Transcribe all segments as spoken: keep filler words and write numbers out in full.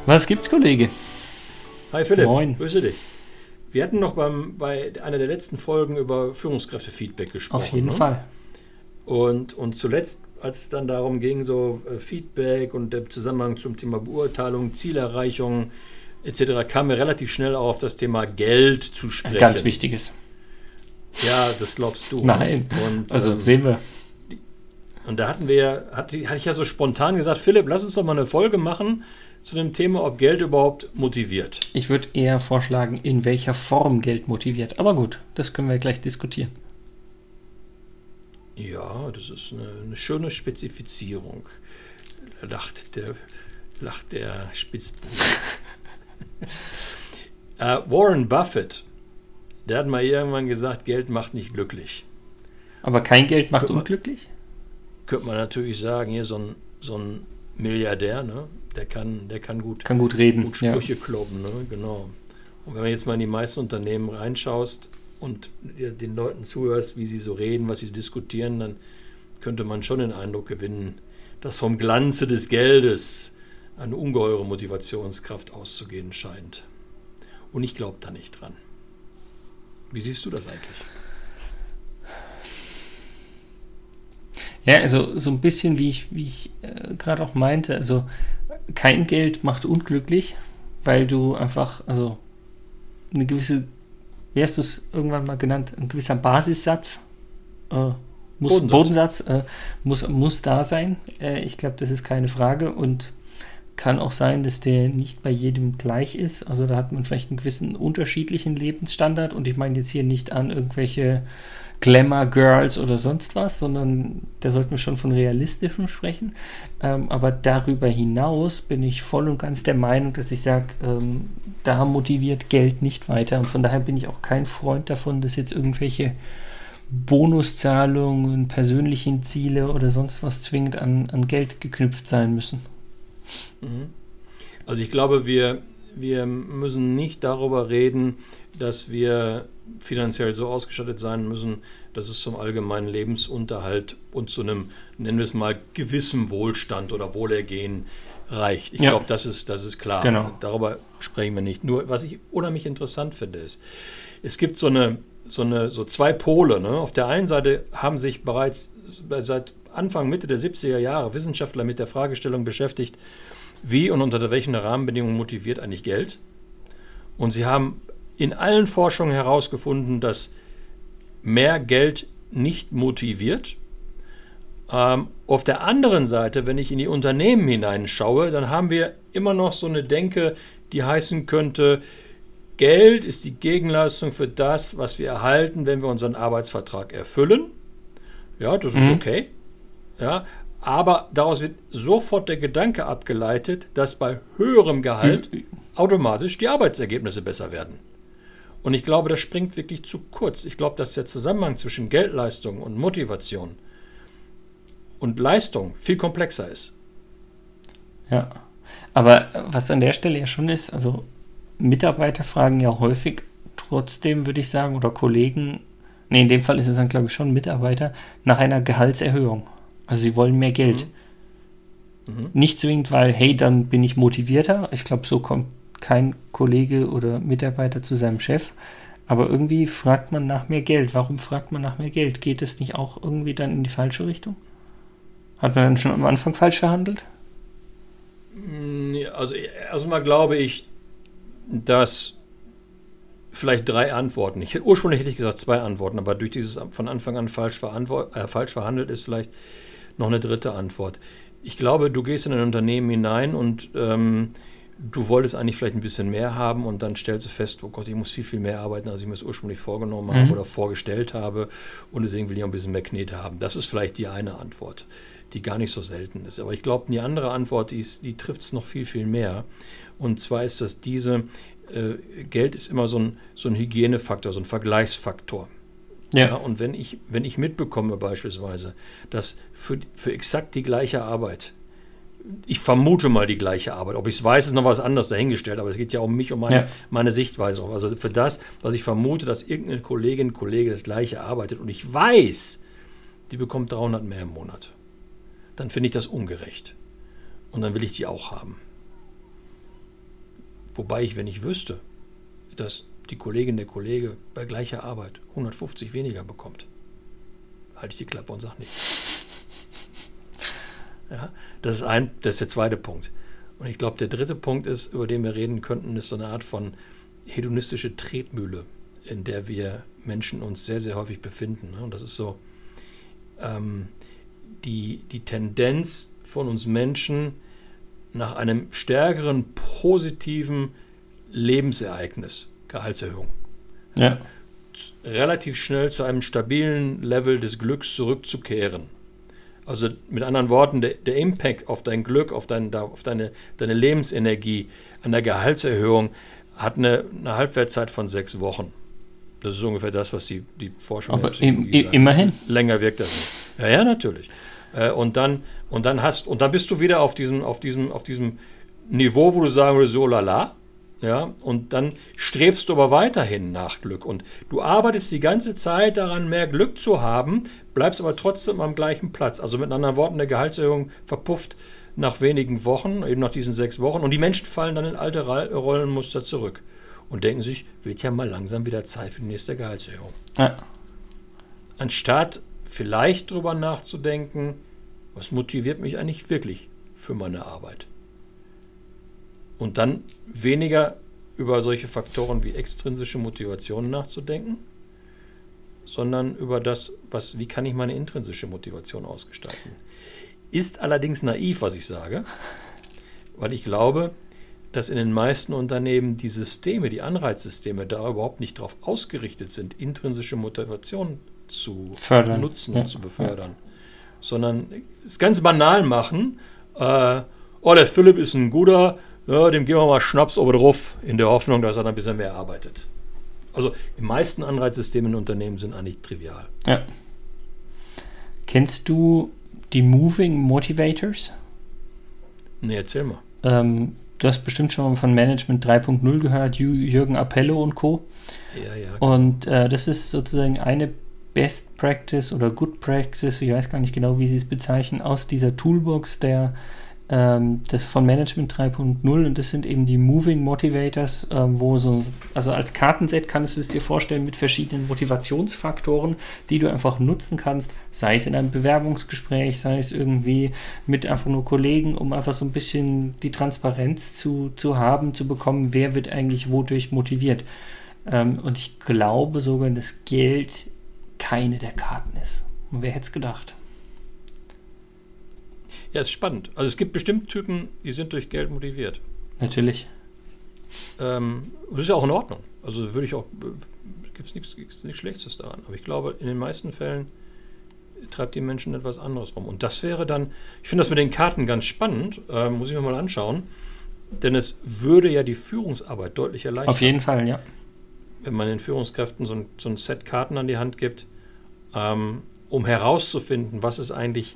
Was gibt's, Kollege? Hi Philipp, Moin. Grüße dich. Wir hatten noch beim, bei einer der letzten Folgen über Führungskräftefeedback gesprochen. Auf jeden ne? Fall. Und, und zuletzt, als es dann darum ging, so äh, Feedback und der Zusammenhang zum Thema Beurteilung, Zielerreichung et cetera, kamen wir relativ schnell auch auf das Thema Geld zu sprechen. Ganz wichtiges. Ja, das glaubst du. Nein, und, also ähm, sehen wir. Und da hatten wir, hatte, hatte ich ja so spontan gesagt, Philipp, lass uns doch mal eine Folge machen zu dem Thema, ob Geld überhaupt motiviert. Ich würde eher vorschlagen, in welcher Form Geld motiviert. Aber gut, das können wir gleich diskutieren. Ja, das ist eine, eine schöne Spezifizierung. Da lacht der, lacht der Spitzbube. äh, Warren Buffett, der hat mal irgendwann gesagt, Geld macht nicht glücklich. Aber kein Geld macht Könnte man- unglücklich? Könnte man natürlich sagen, hier so ein, so ein Milliardär, ne? der, kann, der kann gut, Kann gut reden. gut Ja. Sprüche kloppen. Ne? Genau. Und wenn man jetzt mal in die meisten Unternehmen reinschaust und dir den Leuten zuhörst, wie sie so reden, was sie diskutieren, dann könnte man schon den Eindruck gewinnen, dass vom Glanze des Geldes eine ungeheure Motivationskraft auszugehen scheint. Und ich glaube da nicht dran. Wie siehst du das eigentlich? Ja, also so ein bisschen, wie ich, wie ich äh, gerade auch meinte, also kein Geld macht unglücklich, weil du einfach, also eine gewisse, wie hast du es irgendwann mal genannt, ein gewisser Basissatz, äh, muss, Bodensatz. Bodensatz, äh, muss, muss da sein. Äh, ich glaube, das ist keine Frage und kann auch sein, dass der nicht bei jedem gleich ist. Also da hat man vielleicht einen gewissen unterschiedlichen Lebensstandard und ich meine jetzt hier nicht an irgendwelche Glamour-Girls oder sonst was, sondern da sollten wir schon von realistischem sprechen. Ähm, aber darüber hinaus bin ich voll und ganz der Meinung, dass ich sage, ähm, da motiviert Geld nicht weiter. Und von daher bin ich auch kein Freund davon, dass jetzt irgendwelche Bonuszahlungen, persönlichen Ziele oder sonst was zwingend an, an Geld geknüpft sein müssen. Also ich glaube, wir, wir müssen nicht darüber reden, dass wir finanziell so ausgestattet sein müssen, dass es zum allgemeinen Lebensunterhalt und zu einem, nennen wir es mal, gewissem Wohlstand oder Wohlergehen reicht. Ich Ja. glaube, das ist, das ist klar. Genau. Darüber sprechen wir nicht. Nur, was ich unheimlich interessant finde, ist, es gibt so eine, so eine, so zwei Pole. Ne? Auf der einen Seite haben sich bereits seit Anfang, Mitte der siebziger Jahre Wissenschaftler mit der Fragestellung beschäftigt, wie und unter welchen Rahmenbedingungen motiviert eigentlich Geld. Und sie haben in allen Forschungen herausgefunden, dass mehr Geld nicht motiviert. Ähm, auf der anderen Seite, wenn ich in die Unternehmen hineinschaue, dann haben wir immer noch so eine Denke, die heißen könnte, Geld ist die Gegenleistung für das, was wir erhalten, wenn wir unseren Arbeitsvertrag erfüllen. Ja, das ist Mhm. okay. Ja, aber daraus wird sofort der Gedanke abgeleitet, dass bei höherem Gehalt automatisch die Arbeitsergebnisse besser werden. Und ich glaube, das springt wirklich zu kurz. Ich glaube, dass der Zusammenhang zwischen Geldleistung und Motivation und Leistung viel komplexer ist. Ja, aber was an der Stelle ja schon ist, also Mitarbeiter fragen ja häufig trotzdem, würde ich sagen, oder Kollegen, nee, in dem Fall ist es dann, glaube ich, schon Mitarbeiter, nach einer Gehaltserhöhung. Also sie wollen mehr Geld. Mhm. Nicht zwingend, weil, hey, dann bin ich motivierter. Ich glaube, so kommt kein Kollege oder Mitarbeiter zu seinem Chef. Aber irgendwie fragt man nach mehr Geld. Warum fragt man nach mehr Geld? Geht es nicht auch irgendwie dann in die falsche Richtung? Hat man dann schon am Anfang falsch verhandelt? Also erstmal glaube ich, dass vielleicht drei Antworten, ich, ursprünglich hätte ich gesagt zwei Antworten, aber durch dieses von Anfang an falsch, verantwort, äh, falsch verhandelt ist vielleicht noch eine dritte Antwort. Ich glaube, du gehst in ein Unternehmen hinein und ähm, du wolltest eigentlich vielleicht ein bisschen mehr haben und dann stellst du fest, oh Gott, ich muss viel, viel mehr arbeiten, als ich mir das ursprünglich vorgenommen Mhm. habe oder vorgestellt habe und deswegen will ich auch ein bisschen mehr Knete haben. Das ist vielleicht die eine Antwort, die gar nicht so selten ist. Aber ich glaube, die andere Antwort, die, die trifft es noch viel, viel mehr. Und zwar ist das diese, äh, Geld ist immer so ein, so ein Hygienefaktor, so ein Vergleichsfaktor. Ja, und wenn ich, wenn ich mitbekomme beispielsweise, dass für, für exakt die gleiche Arbeit, ich vermute mal die gleiche Arbeit, ob ich es weiß, ist noch was anderes dahingestellt, aber es geht ja um mich, um meine, Ja. meine Sichtweise. Also für das, was ich vermute, dass irgendeine Kollegin, Kollege das gleiche arbeitet und ich weiß, die bekommt dreihundert mehr im Monat, dann finde ich das ungerecht. Und dann will ich die auch haben. Wobei ich, wenn ich wüsste, dass die Kollegin, der Kollege bei gleicher Arbeit hundertfünfzig weniger bekommt, halte ich die Klappe und sage nichts. Ja, das ist, ein, das ist der zweite Punkt. Und ich glaube, der dritte Punkt ist, über den wir reden könnten, ist so eine Art von hedonistische Tretmühle, in der wir Menschen uns sehr, sehr häufig befinden. Und das ist so ähm, die, die Tendenz von uns Menschen nach einem stärkeren positiven Lebensereignis, Gehaltserhöhung, ja. relativ schnell zu einem stabilen Level des Glücks zurückzukehren. Also mit anderen Worten, der, der Impact auf dein Glück, auf, dein, auf deine, deine Lebensenergie an der Gehaltserhöhung hat eine, eine Halbwertszeit von sechs Wochen. Das ist ungefähr das, was die, die Forschung Aber der Psychologie im, sagt. Immerhin. Länger wirkt das nicht. Ja, ja, natürlich. Und dann, und dann hast, und dann bist du wieder auf diesem, auf diesem, auf diesem Niveau, wo du sagen würdest, so lala. Ja, und dann strebst du aber weiterhin nach Glück. Und du arbeitest die ganze Zeit daran, mehr Glück zu haben, bleibst aber trotzdem am gleichen Platz. Also mit anderen Worten, eine Gehaltserhöhung verpufft nach wenigen Wochen, eben nach diesen sechs Wochen. Und die Menschen fallen dann in alte Rollenmuster zurück und denken sich, wird ja mal langsam wieder Zeit für die nächste Gehaltserhöhung. Ja. Anstatt vielleicht drüber nachzudenken, was motiviert mich eigentlich wirklich für meine Arbeit? Und dann weniger über solche Faktoren wie extrinsische Motivation nachzudenken, sondern über das, was, wie kann ich meine intrinsische Motivation ausgestalten. Ist allerdings naiv, was ich sage, weil ich glaube, dass in den meisten Unternehmen die Systeme, die Anreizsysteme da überhaupt nicht darauf ausgerichtet sind, intrinsische Motivation zu fördern. nutzen ja. und zu befördern, ja. sondern es ganz banal machen, äh, oh, der Philipp ist ein guter, ja, dem geben wir mal Schnaps oben drauf, in der Hoffnung, dass er dann ein bisschen mehr arbeitet. Also die meisten Anreizsysteme in Unternehmen sind eigentlich trivial. Ja. Kennst du die Moving Motivators? Nee, erzähl mal. Ähm, du hast bestimmt schon mal von Management drei Punkt null gehört, Jürgen Appello und Co. Ja, ja. Und äh, das ist sozusagen eine Best Practice oder Good Practice, ich weiß gar nicht genau, wie sie es bezeichnen, aus dieser Toolbox der das von Management drei Punkt null, und das sind eben die Moving Motivators, ähm, wo so, also als Kartenset kannst du es dir vorstellen mit verschiedenen Motivationsfaktoren, die du einfach nutzen kannst, sei es in einem Bewerbungsgespräch, sei es irgendwie mit einfach nur Kollegen, um einfach so ein bisschen die Transparenz zu, zu haben, zu bekommen, wer wird eigentlich wodurch motiviert. Ähm, und ich glaube sogar, dass Geld keine der Karten ist. Und wer hätte es gedacht? Ja, ist spannend. Also es gibt bestimmt Typen, die sind durch Geld motiviert. Natürlich. Ähm, das ist ja auch in Ordnung. Also würde ich auch, gibt es nichts, nichts Schlechtes daran. Aber ich glaube, in den meisten Fällen treibt die Menschen etwas anderes rum. Und das wäre dann, ich finde das mit den Karten ganz spannend, äh, muss ich mir mal anschauen, denn es würde ja die Führungsarbeit deutlich erleichtern. Auf jeden Fall, ja. Wenn man den Führungskräften so ein, so ein Set Karten an die Hand gibt, ähm, um herauszufinden, was ist eigentlich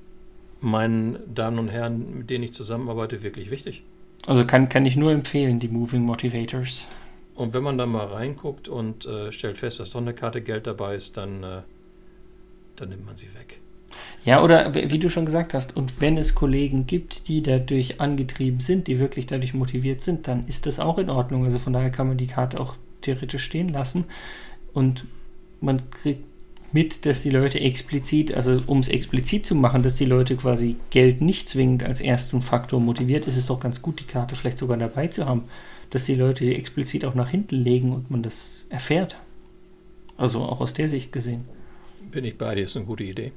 meinen Damen und Herren, mit denen ich zusammenarbeite, wirklich wichtig. Also kann, kann ich nur empfehlen, die Moving Motivators. Und wenn man da mal reinguckt und äh, stellt fest, dass doch eine Karte Geld dabei ist, dann, äh, dann nimmt man sie weg. Ja, oder wie du schon gesagt hast, und wenn es Kollegen gibt, die dadurch angetrieben sind, die wirklich dadurch motiviert sind, dann ist das auch in Ordnung. Also von daher kann man die Karte auch theoretisch stehen lassen und man kriegt mit, dass die Leute explizit, also um es explizit zu machen, dass die Leute quasi Geld nicht zwingend als ersten Faktor motiviert, ist es doch ganz gut, die Karte vielleicht sogar dabei zu haben, dass die Leute sie explizit auch nach hinten legen und man das erfährt. Also auch aus der Sicht gesehen. Bin ich bei dir, ist eine gute Idee.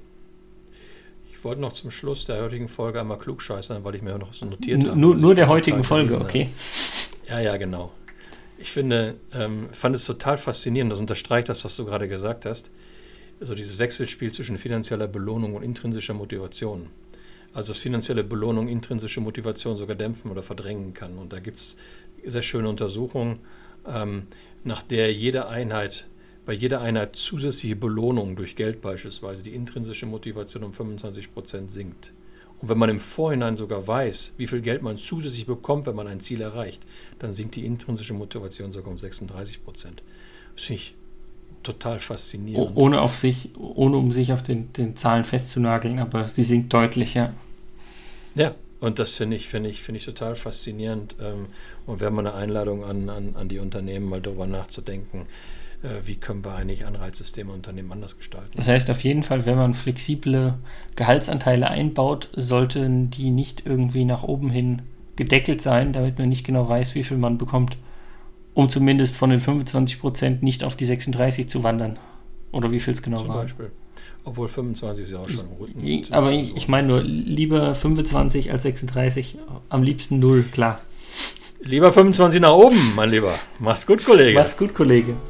Ich wollte noch zum Schluss der heutigen Folge einmal klugscheißern, weil ich mir noch so notiert habe. Nur, nur der heutigen Folge, okay. Ja, ja, genau. Ich finde, ähm, fand es total faszinierend, das unterstreicht das, was du gerade gesagt hast. Also dieses Wechselspiel zwischen finanzieller Belohnung und intrinsischer Motivation. Also dass finanzielle Belohnung intrinsische Motivation sogar dämpfen oder verdrängen kann. Und da gibt es sehr schöne Untersuchungen, ähm, nach der jede Einheit, bei jeder Einheit zusätzliche Belohnung durch Geld beispielsweise die intrinsische Motivation um fünfundzwanzig Prozent sinkt. Und wenn man im Vorhinein sogar weiß, wie viel Geld man zusätzlich bekommt, wenn man ein Ziel erreicht, dann sinkt die intrinsische Motivation sogar um sechsunddreißig Prozent. Das finde ich total faszinierend. Ohne auf sich, ohne um sich auf den, den Zahlen festzunageln, aber sie sinkt deutlich, ja. Ja, Und das finde ich, finde ich, finde ich total faszinierend. Und wäre mal eine Einladung an, an, an die Unternehmen, mal darüber nachzudenken, wie können wir eigentlich Anreizsysteme Unternehmen anders gestalten. Das heißt auf jeden Fall, wenn man flexible Gehaltsanteile einbaut, sollten die nicht irgendwie nach oben hin gedeckelt sein, damit man nicht genau weiß, wie viel man bekommt, um zumindest von den fünfundzwanzig Prozent nicht auf die sechsunddreißig zu wandern. Oder wie viel es genau Zum war. Beispiel. Obwohl fünfundzwanzig ist ja auch schon gut. Ich, aber ich, ich meine nur, lieber fünfundzwanzig als sechsunddreißig, am liebsten null, klar. Lieber fünfundzwanzig nach oben, mein Lieber. Mach's gut, Kollege. Mach's gut, Kollege.